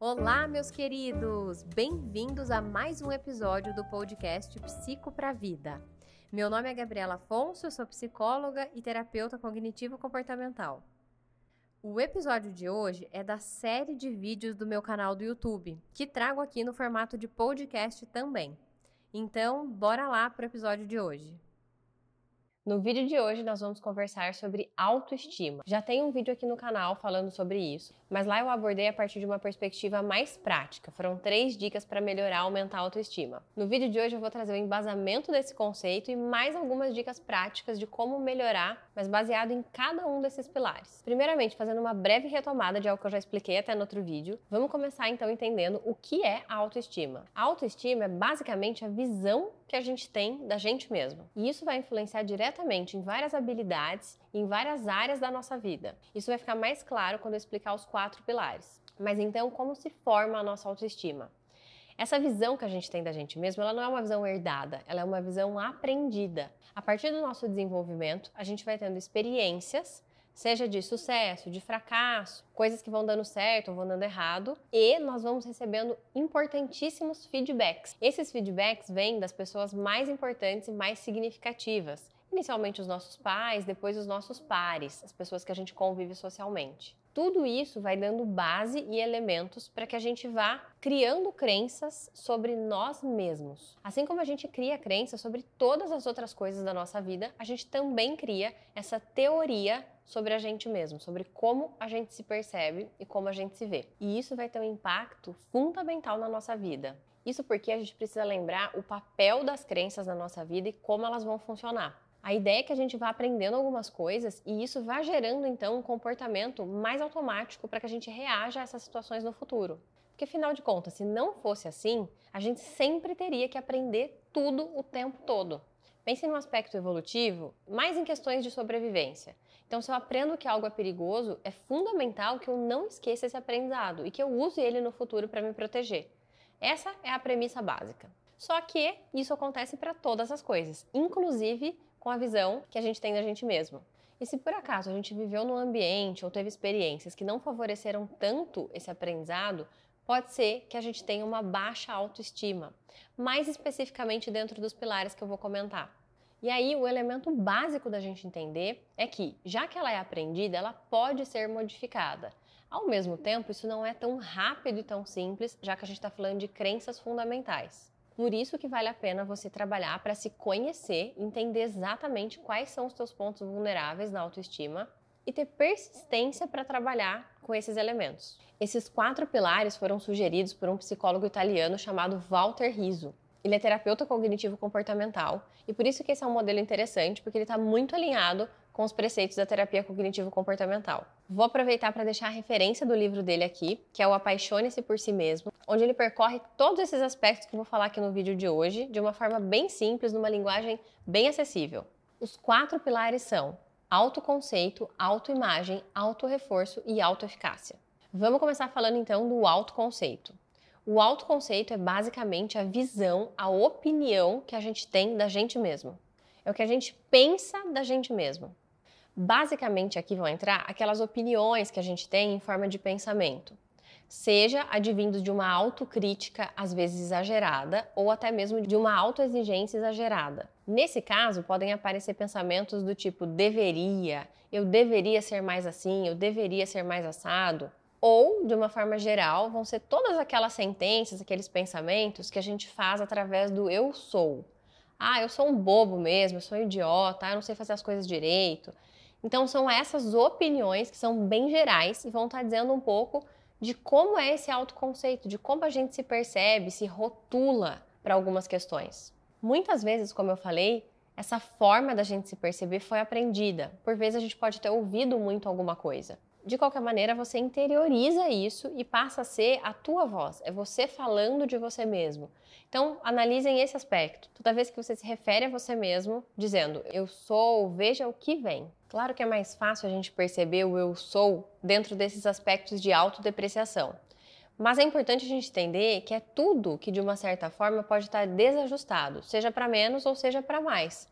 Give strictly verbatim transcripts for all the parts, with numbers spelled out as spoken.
Olá, meus queridos! Bem-vindos a mais um episódio do podcast Psico pra Vida. Meu nome é Gabriela Afonso, eu sou psicóloga e terapeuta cognitivo-comportamental. O episódio de hoje é da série de vídeos do meu canal do YouTube, que trago aqui no formato de podcast também. Então, bora lá para o episódio de hoje. No vídeo de hoje nós vamos conversar sobre autoestima. Já tem um vídeo aqui no canal falando sobre isso, mas lá eu abordei a partir de uma perspectiva mais prática. Foram três dicas para melhorar, aumentar a autoestima. No vídeo de hoje eu vou trazer o embasamento desse conceito e mais algumas dicas práticas de como melhorar, mas baseado em cada um desses pilares. Primeiramente, fazendo uma breve retomada de algo que eu já expliquei até no outro vídeo, vamos começar então entendendo o que é a autoestima. A autoestima é basicamente a visão que a gente tem da gente mesmo. E isso vai influenciar diretamente em várias habilidades e em várias áreas da nossa vida. Isso vai ficar mais claro quando eu explicar os quatro pilares. Mas então, como se forma a nossa autoestima? Essa visão que a gente tem da gente mesmo, ela não é uma visão herdada, ela é uma visão aprendida. A partir do nosso desenvolvimento, a gente vai tendo experiências, seja de sucesso, de fracasso, coisas que vão dando certo ou vão dando errado, e nós vamos recebendo importantíssimos feedbacks. Esses feedbacks vêm das pessoas mais importantes e mais significativas. Inicialmente os nossos pais, depois os nossos pares, as pessoas que a gente convive socialmente. Tudo isso vai dando base e elementos para que a gente vá criando crenças sobre nós mesmos. Assim como a gente cria crenças sobre todas as outras coisas da nossa vida, a gente também cria essa teoria sobre a gente mesmo, sobre como a gente se percebe e como a gente se vê. E isso vai ter um impacto fundamental na nossa vida. Isso porque a gente precisa lembrar o papel das crenças na nossa vida e como elas vão funcionar. A ideia é que a gente vá aprendendo algumas coisas e isso vá gerando então um comportamento mais automático para que a gente reaja a essas situações no futuro. Porque afinal de contas, se não fosse assim, a gente sempre teria que aprender tudo o tempo todo. Pense no aspecto evolutivo, mais em questões de sobrevivência. Então, se eu aprendo que algo é perigoso, é fundamental que eu não esqueça esse aprendizado e que eu use ele no futuro para me proteger. Essa é a premissa básica. Só que isso acontece para todas as coisas, inclusive com a visão que a gente tem da gente mesmo. E se por acaso a gente viveu num ambiente ou teve experiências que não favoreceram tanto esse aprendizado, pode ser que a gente tenha uma baixa autoestima, mais especificamente dentro dos pilares que eu vou comentar. E aí o elemento básico da gente entender é que, já que ela é aprendida, ela pode ser modificada. Ao mesmo tempo, isso não é tão rápido e tão simples, já que a gente está falando de crenças fundamentais. Por isso que vale a pena você trabalhar para se conhecer, entender exatamente quais são os seus pontos vulneráveis na autoestima e ter persistência para trabalhar com esses elementos. Esses quatro pilares foram sugeridos por um psicólogo italiano chamado Walter Rizzo. Ele é terapeuta cognitivo-comportamental e por isso que esse é um modelo interessante, porque ele está muito alinhado com os preceitos da terapia cognitivo-comportamental. Vou aproveitar para deixar a referência do livro dele aqui, que é o Apaixone-se por Si Mesmo, onde ele percorre todos esses aspectos que eu vou falar aqui no vídeo de hoje, de uma forma bem simples, numa linguagem bem acessível. Os quatro pilares são autoconceito, autoimagem, autorreforço e autoeficácia. Vamos começar falando então do autoconceito. O autoconceito é basicamente a visão, a opinião que a gente tem da gente mesmo. É o que a gente pensa da gente mesmo. Basicamente aqui vão entrar aquelas opiniões que a gente tem em forma de pensamento. Seja advindo de uma autocrítica, às vezes exagerada, ou até mesmo de uma autoexigência exagerada. Nesse caso, podem aparecer pensamentos do tipo deveria, eu deveria ser mais assim, eu deveria ser mais assado. Ou, de uma forma geral, vão ser todas aquelas sentenças, aqueles pensamentos que a gente faz através do eu sou. Ah, eu sou um bobo mesmo, eu sou um idiota, eu não sei fazer as coisas direito. Então, são essas opiniões que são bem gerais e vão estar dizendo um pouco de como é esse autoconceito, de como a gente se percebe, se rotula para algumas questões. Muitas vezes, como eu falei, essa forma da gente se perceber foi aprendida. Por vezes a gente pode ter ouvido muito alguma coisa. De qualquer maneira, você interioriza isso e passa a ser a tua voz, é você falando de você mesmo. Então, analisem esse aspecto. Toda vez que você se refere a você mesmo, dizendo eu sou, veja o que vem. Claro que é mais fácil a gente perceber o eu sou dentro desses aspectos de autodepreciação. Mas é importante a gente entender que é tudo que de uma certa forma pode estar desajustado, seja para menos ou seja para mais.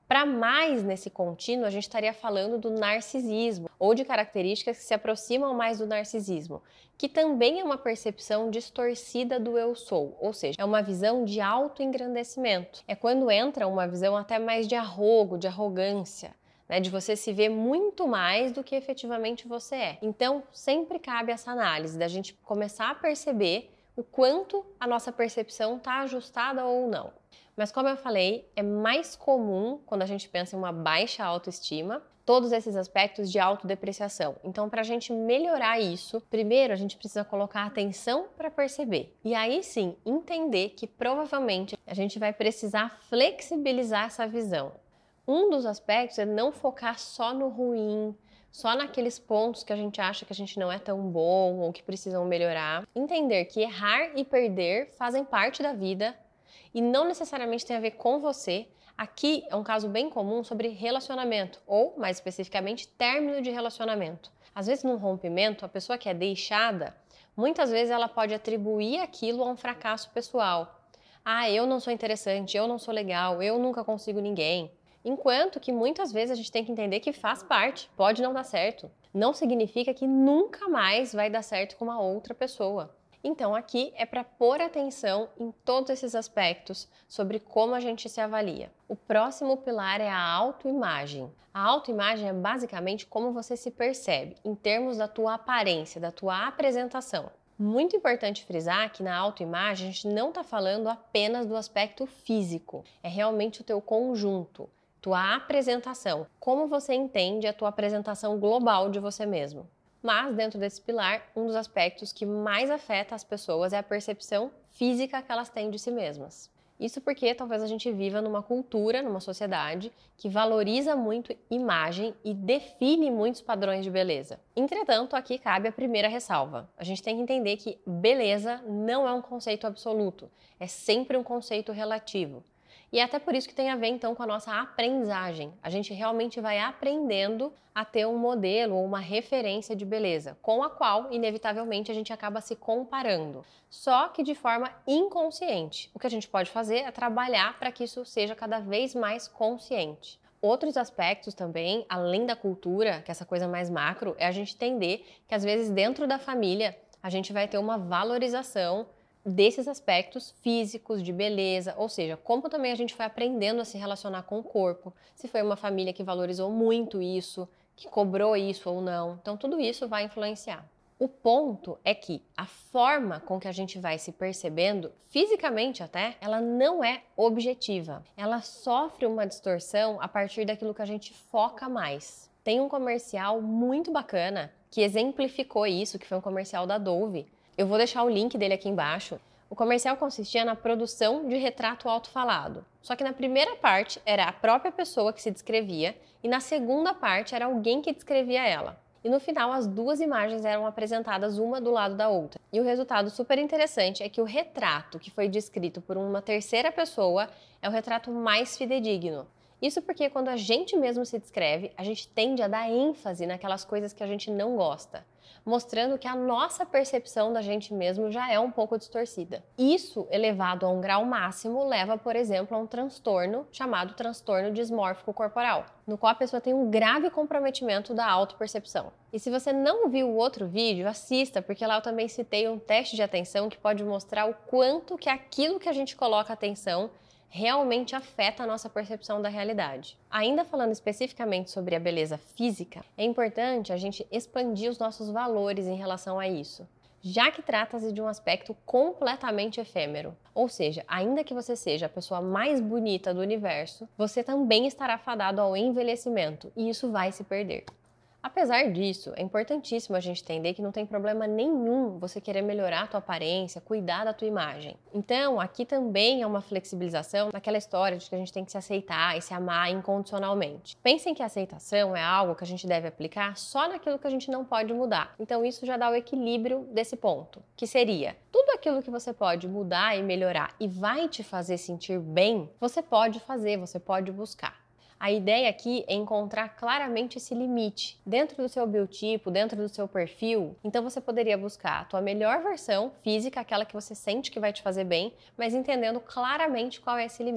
Para mais nesse contínuo, a gente estaria falando do narcisismo, ou de características que se aproximam mais do narcisismo, que também é uma percepção distorcida do eu sou, ou seja, é uma visão de autoengrandecimento. É quando entra uma visão até mais de arrogo, de arrogância, né, de você se ver muito mais do que efetivamente você é. Então, sempre cabe essa análise, da gente começar a perceber o quanto a nossa percepção está ajustada ou não. Mas como eu falei, é mais comum quando a gente pensa em uma baixa autoestima, todos esses aspectos de autodepreciação. Então, para a gente melhorar isso, primeiro a gente precisa colocar atenção para perceber. E aí sim, entender que provavelmente a gente vai precisar flexibilizar essa visão. Um dos aspectos é não focar só no ruim, só naqueles pontos que a gente acha que a gente não é tão bom ou que precisam melhorar. Entender que errar e perder fazem parte da vida e não necessariamente tem a ver com você. Aqui é um caso bem comum sobre relacionamento, ou, mais especificamente, término de relacionamento. Às vezes, num rompimento, a pessoa que é deixada, muitas vezes ela pode atribuir aquilo a um fracasso pessoal. Ah, eu não sou interessante, eu não sou legal, eu nunca consigo ninguém. Enquanto que muitas vezes a gente tem que entender que faz parte, pode não dar certo. Não significa que nunca mais vai dar certo com uma outra pessoa. Então aqui é para pôr atenção em todos esses aspectos sobre como a gente se avalia. O próximo pilar é a autoimagem. A autoimagem é basicamente como você se percebe, em termos da tua aparência, da tua apresentação. Muito importante frisar que na autoimagem a gente não está falando apenas do aspecto físico, é realmente o teu conjunto, tua apresentação, como você entende a tua apresentação global de você mesmo. Mas, dentro desse pilar, um dos aspectos que mais afeta as pessoas é a percepção física que elas têm de si mesmas. Isso porque talvez a gente viva numa cultura, numa sociedade, que valoriza muito imagem e define muitos padrões de beleza. Entretanto, aqui cabe a primeira ressalva. A gente tem que entender que beleza não é um conceito absoluto, é sempre um conceito relativo. E é até por isso que tem a ver, então, com a nossa aprendizagem. A gente realmente vai aprendendo a ter um modelo ou uma referência de beleza, com a qual, inevitavelmente, a gente acaba se comparando. Só que de forma inconsciente. O que a gente pode fazer é trabalhar para que isso seja cada vez mais consciente. Outros aspectos também, além da cultura, que é essa coisa mais macro, é a gente entender que, às vezes, dentro da família, a gente vai ter uma valorização desses aspectos físicos, de beleza, ou seja, como também a gente foi aprendendo a se relacionar com o corpo, se foi uma família que valorizou muito isso, que cobrou isso ou não, então tudo isso vai influenciar. O ponto é que a forma com que a gente vai se percebendo, fisicamente até, ela não é objetiva, ela sofre uma distorção a partir daquilo que a gente foca mais. Tem um comercial muito bacana que exemplificou isso, que foi um comercial da Dove. Eu vou deixar o link dele aqui embaixo. O comercial consistia na produção de retrato autofalado. Só que na primeira parte era a própria pessoa que se descrevia e na segunda parte era alguém que descrevia ela. E no final as duas imagens eram apresentadas uma do lado da outra. E o resultado super interessante é que o retrato que foi descrito por uma terceira pessoa é o retrato mais fidedigno. Isso porque quando a gente mesmo se descreve, a gente tende a dar ênfase naquelas coisas que a gente não gosta, mostrando que a nossa percepção da gente mesmo já é um pouco distorcida. Isso, elevado a um grau máximo, leva, por exemplo, a um transtorno chamado transtorno dismórfico corporal, no qual a pessoa tem um grave comprometimento da autopercepção. E se você não viu o outro vídeo, assista, porque lá eu também citei um teste de atenção que pode mostrar o quanto que aquilo que a gente coloca atenção realmente afeta a nossa percepção da realidade. Ainda falando especificamente sobre a beleza física, é importante a gente expandir os nossos valores em relação a isso, já que trata-se de um aspecto completamente efêmero. Ou seja, ainda que você seja a pessoa mais bonita do universo, você também estará fadado ao envelhecimento e isso vai se perder. Apesar disso, é importantíssimo a gente entender que não tem problema nenhum você querer melhorar a tua aparência, cuidar da tua imagem. Então, aqui também é uma flexibilização naquela história de que a gente tem que se aceitar e se amar incondicionalmente. Pensem que a aceitação é algo que a gente deve aplicar só naquilo que a gente não pode mudar. Então, isso já dá o equilíbrio desse ponto, que seria tudo aquilo que você pode mudar e melhorar e vai te fazer sentir bem, você pode fazer, você pode buscar. A ideia aqui é encontrar claramente esse limite dentro do seu biotipo, dentro do seu perfil. Então você poderia buscar a tua melhor versão física, aquela que você sente que vai te fazer bem, mas entendendo claramente qual é esse limite.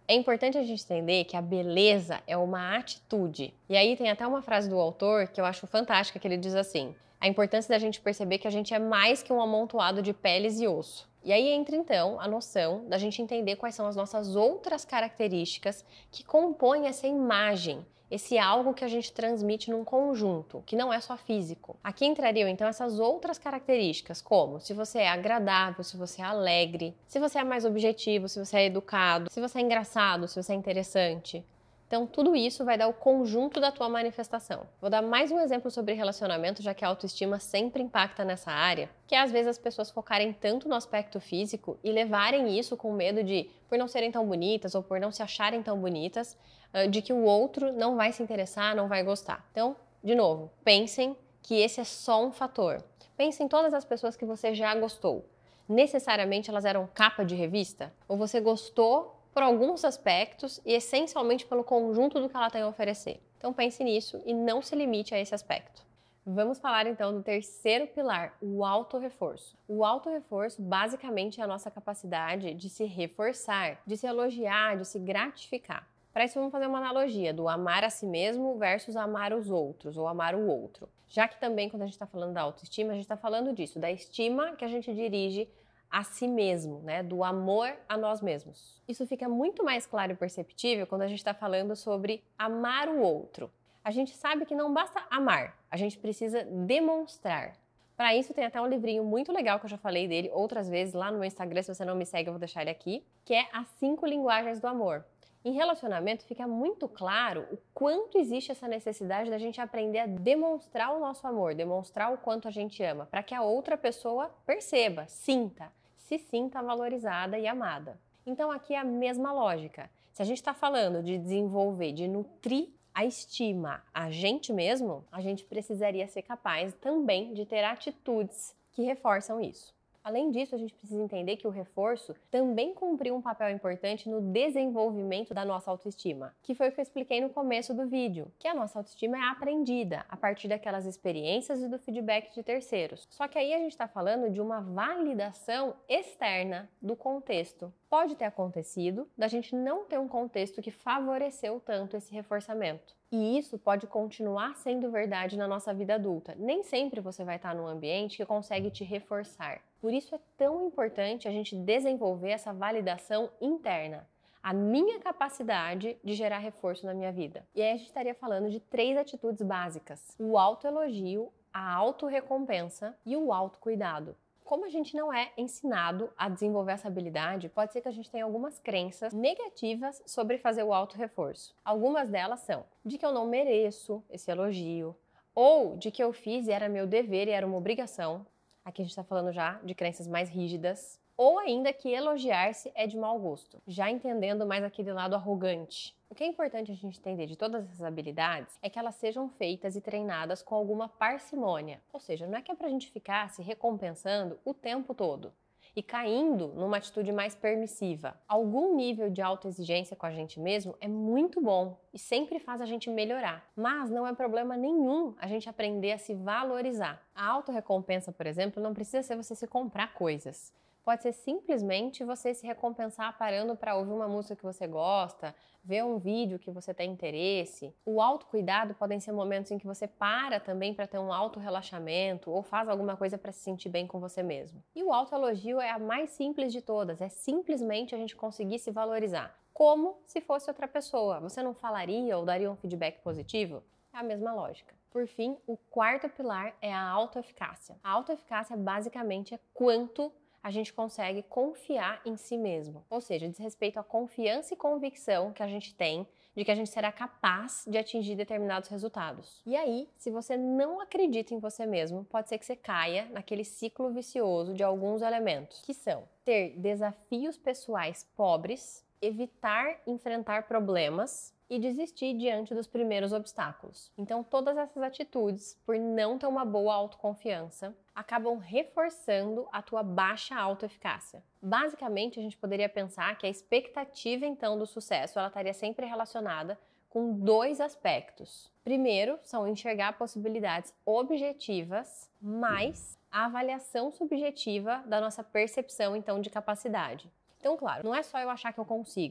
É importante a gente entender que a beleza é uma atitude. E aí tem até uma frase do autor que eu acho fantástica, que ele diz assim: a importância da gente perceber que a gente é mais que um amontoado de peles e osso. E aí entra então a noção da gente entender quais são as nossas outras características que compõem essa imagem, esse algo que a gente transmite num conjunto, que não é só físico. Aqui entrariam então essas outras características, como se você é agradável, se você é alegre, se você é mais objetivo, se você é educado, se você é engraçado, se você é interessante. Então, tudo isso vai dar o conjunto da tua manifestação. Vou dar mais um exemplo sobre relacionamento, já que a autoestima sempre impacta nessa área, que é às vezes as pessoas focarem tanto no aspecto físico e levarem isso com medo de, por não serem tão bonitas ou por não se acharem tão bonitas, de que o outro não vai se interessar, não vai gostar. Então, de novo, pensem que esse é só um fator. Pensem em todas as pessoas que você já gostou. Necessariamente elas eram capa de revista? Ou você gostou por alguns aspectos e essencialmente pelo conjunto do que ela tem a oferecer? Então pense nisso e não se limite a esse aspecto. Vamos falar então do terceiro pilar, o autorreforço. O autorreforço basicamente é a nossa capacidade de se reforçar, de se elogiar, de se gratificar. Para isso vamos fazer uma analogia do amar a si mesmo versus amar os outros ou amar o outro. Já que também quando a gente está falando da autoestima, a gente está falando disso, da estima que a gente dirige a si mesmo, né? Do amor a nós mesmos. Isso fica muito mais claro e perceptível quando a gente está falando sobre amar o outro. A gente sabe que não basta amar, a gente precisa demonstrar. Para isso tem até um livrinho muito legal que eu já falei dele outras vezes lá no meu Instagram, se você não me segue eu vou deixar ele aqui, que é As Cinco Linguagens do Amor. Em relacionamento fica muito claro o quanto existe essa necessidade da gente aprender a demonstrar o nosso amor, demonstrar o quanto a gente ama, para que a outra pessoa perceba, sinta, se sinta valorizada e amada. Então aqui é a mesma lógica. Se a gente está falando de desenvolver, de nutrir a estima a gente mesmo, a gente precisaria ser capaz também de ter atitudes que reforçam isso. Além disso, a gente precisa entender que o reforço também cumpriu um papel importante no desenvolvimento da nossa autoestima, que foi o que eu expliquei no começo do vídeo, que a nossa autoestima é aprendida a partir daquelas experiências e do feedback de terceiros. Só que aí a gente está falando de uma validação externa do contexto. Pode ter acontecido da gente não ter um contexto que favoreceu tanto esse reforçamento. E isso pode continuar sendo verdade na nossa vida adulta. Nem sempre você vai estar num ambiente que consegue te reforçar. Por isso é tão importante a gente desenvolver essa validação interna. A minha capacidade de gerar reforço na minha vida. E aí a gente estaria falando de três atitudes básicas: o autoelogio, a autorrecompensa e o autocuidado. Como a gente não é ensinado a desenvolver essa habilidade, pode ser que a gente tenha algumas crenças negativas sobre fazer o autorreforço. Algumas delas são de que eu não mereço esse elogio, ou de que eu fiz e era meu dever e era uma obrigação. Aqui a gente está falando já de crenças mais rígidas. Ou ainda que elogiar-se é de mau gosto, já entendendo mais aquele lado arrogante. O que é importante a gente entender de todas essas habilidades é que elas sejam feitas e treinadas com alguma parcimônia. Ou seja, não é que é pra gente ficar se recompensando o tempo todo e caindo numa atitude mais permissiva. Algum nível de autoexigência com a gente mesmo é muito bom e sempre faz a gente melhorar. Mas não é problema nenhum a gente aprender a se valorizar. A autorrecompensa, por exemplo, não precisa ser você se comprar coisas. Pode ser simplesmente você se recompensar parando para ouvir uma música que você gosta, ver um vídeo que você tem interesse. O autocuidado podem ser momentos em que você para também para ter um auto-relaxamento ou faz alguma coisa para se sentir bem com você mesmo. E o autoelogio é a mais simples de todas, é simplesmente a gente conseguir se valorizar, como se fosse outra pessoa. Você não falaria ou daria um feedback positivo? É a mesma lógica. Por fim, o quarto pilar é a autoeficácia. A autoeficácia basicamente é quanto a gente consegue confiar em si mesmo. Ou seja, diz respeito à confiança e convicção que a gente tem de que a gente será capaz de atingir determinados resultados. E aí, se você não acredita em você mesmo, pode ser que você caia naquele ciclo vicioso de alguns elementos, que são ter desafios pessoais pobres, evitar enfrentar problemas e desistir diante dos primeiros obstáculos. Então, todas essas atitudes, por não ter uma boa autoconfiança, acabam reforçando a tua baixa autoeficácia. Basicamente, a gente poderia pensar que a expectativa, então, do sucesso, ela estaria sempre relacionada com dois aspectos. Primeiro, são enxergar possibilidades objetivas, mais a avaliação subjetiva da nossa percepção, então, de capacidade. Então, claro, não é só eu achar que eu consigo.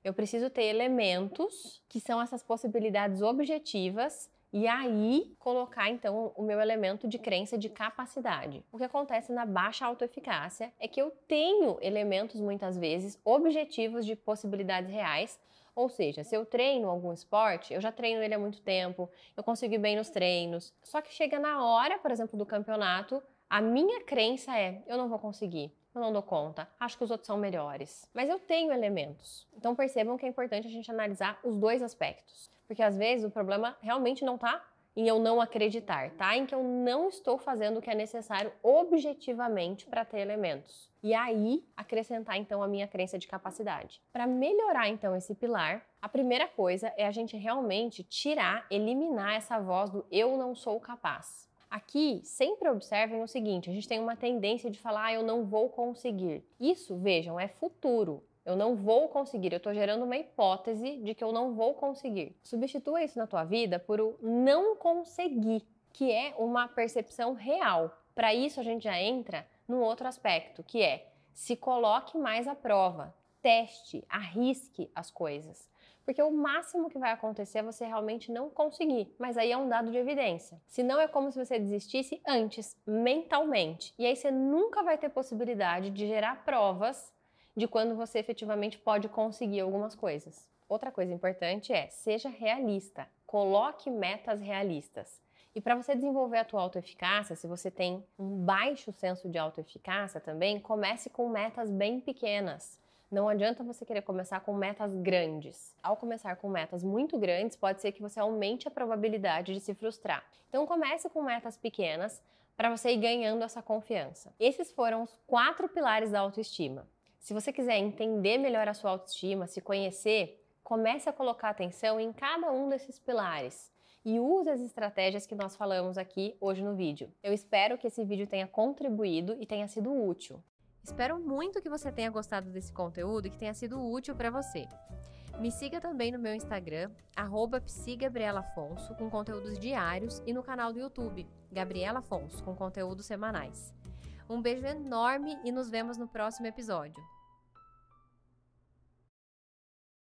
Eu preciso ter elementos que são essas possibilidades objetivas e aí colocar então o meu elemento de crença de capacidade. O que acontece na baixa autoeficácia é que eu tenho elementos muitas vezes objetivos de possibilidades reais. Ou seja, se eu treino algum esporte, eu já treino ele há muito tempo, eu consigo ir bem nos treinos. Só que chega na hora, por exemplo, do campeonato, a minha crença é, eu não vou conseguir, eu não dou conta, acho que os outros são melhores. Mas eu tenho elementos. Então percebam que é importante a gente analisar os dois aspectos. Porque às vezes o problema realmente não tá em eu não acreditar, tá? Em que eu não estou fazendo o que é necessário objetivamente para ter elementos. E aí, acrescentar então a minha crença de capacidade. Para melhorar então esse pilar, a primeira coisa é a gente realmente tirar, eliminar essa voz do eu não sou capaz. Aqui, sempre observem o seguinte, a gente tem uma tendência de falar, ah, eu não vou conseguir. Isso, vejam, é futuro. Eu não vou conseguir, eu estou gerando uma hipótese de que eu não vou conseguir. Substitua isso na tua vida por o não conseguir, que é uma percepção real. Para isso a gente já entra num outro aspecto, que é se coloque mais à prova, teste, arrisque as coisas. Porque o máximo que vai acontecer é você realmente não conseguir, mas aí é um dado de evidência. Senão é como se você desistisse antes, mentalmente. E aí você nunca vai ter possibilidade de gerar provas de quando você efetivamente pode conseguir algumas coisas. Outra coisa importante é, seja realista, coloque metas realistas. E para você desenvolver a tua autoeficácia, se você tem um baixo senso de autoeficácia também, comece com metas bem pequenas. Não adianta você querer começar com metas grandes. Ao começar com metas muito grandes, pode ser que você aumente a probabilidade de se frustrar. Então comece com metas pequenas para você ir ganhando essa confiança. Esses foram os quatro pilares da autoestima. Se você quiser entender melhor a sua autoestima, se conhecer, comece a colocar atenção em cada um desses pilares e use as estratégias que nós falamos aqui hoje no vídeo. Eu espero que esse vídeo tenha contribuído e tenha sido útil. Espero muito que você tenha gostado desse conteúdo e que tenha sido útil para você. Me siga também no meu Instagram, arroba psigabrielafonso, com conteúdos diários, e no canal do YouTube, Gabriela Afonso, com conteúdos semanais. Um beijo enorme e nos vemos no próximo episódio.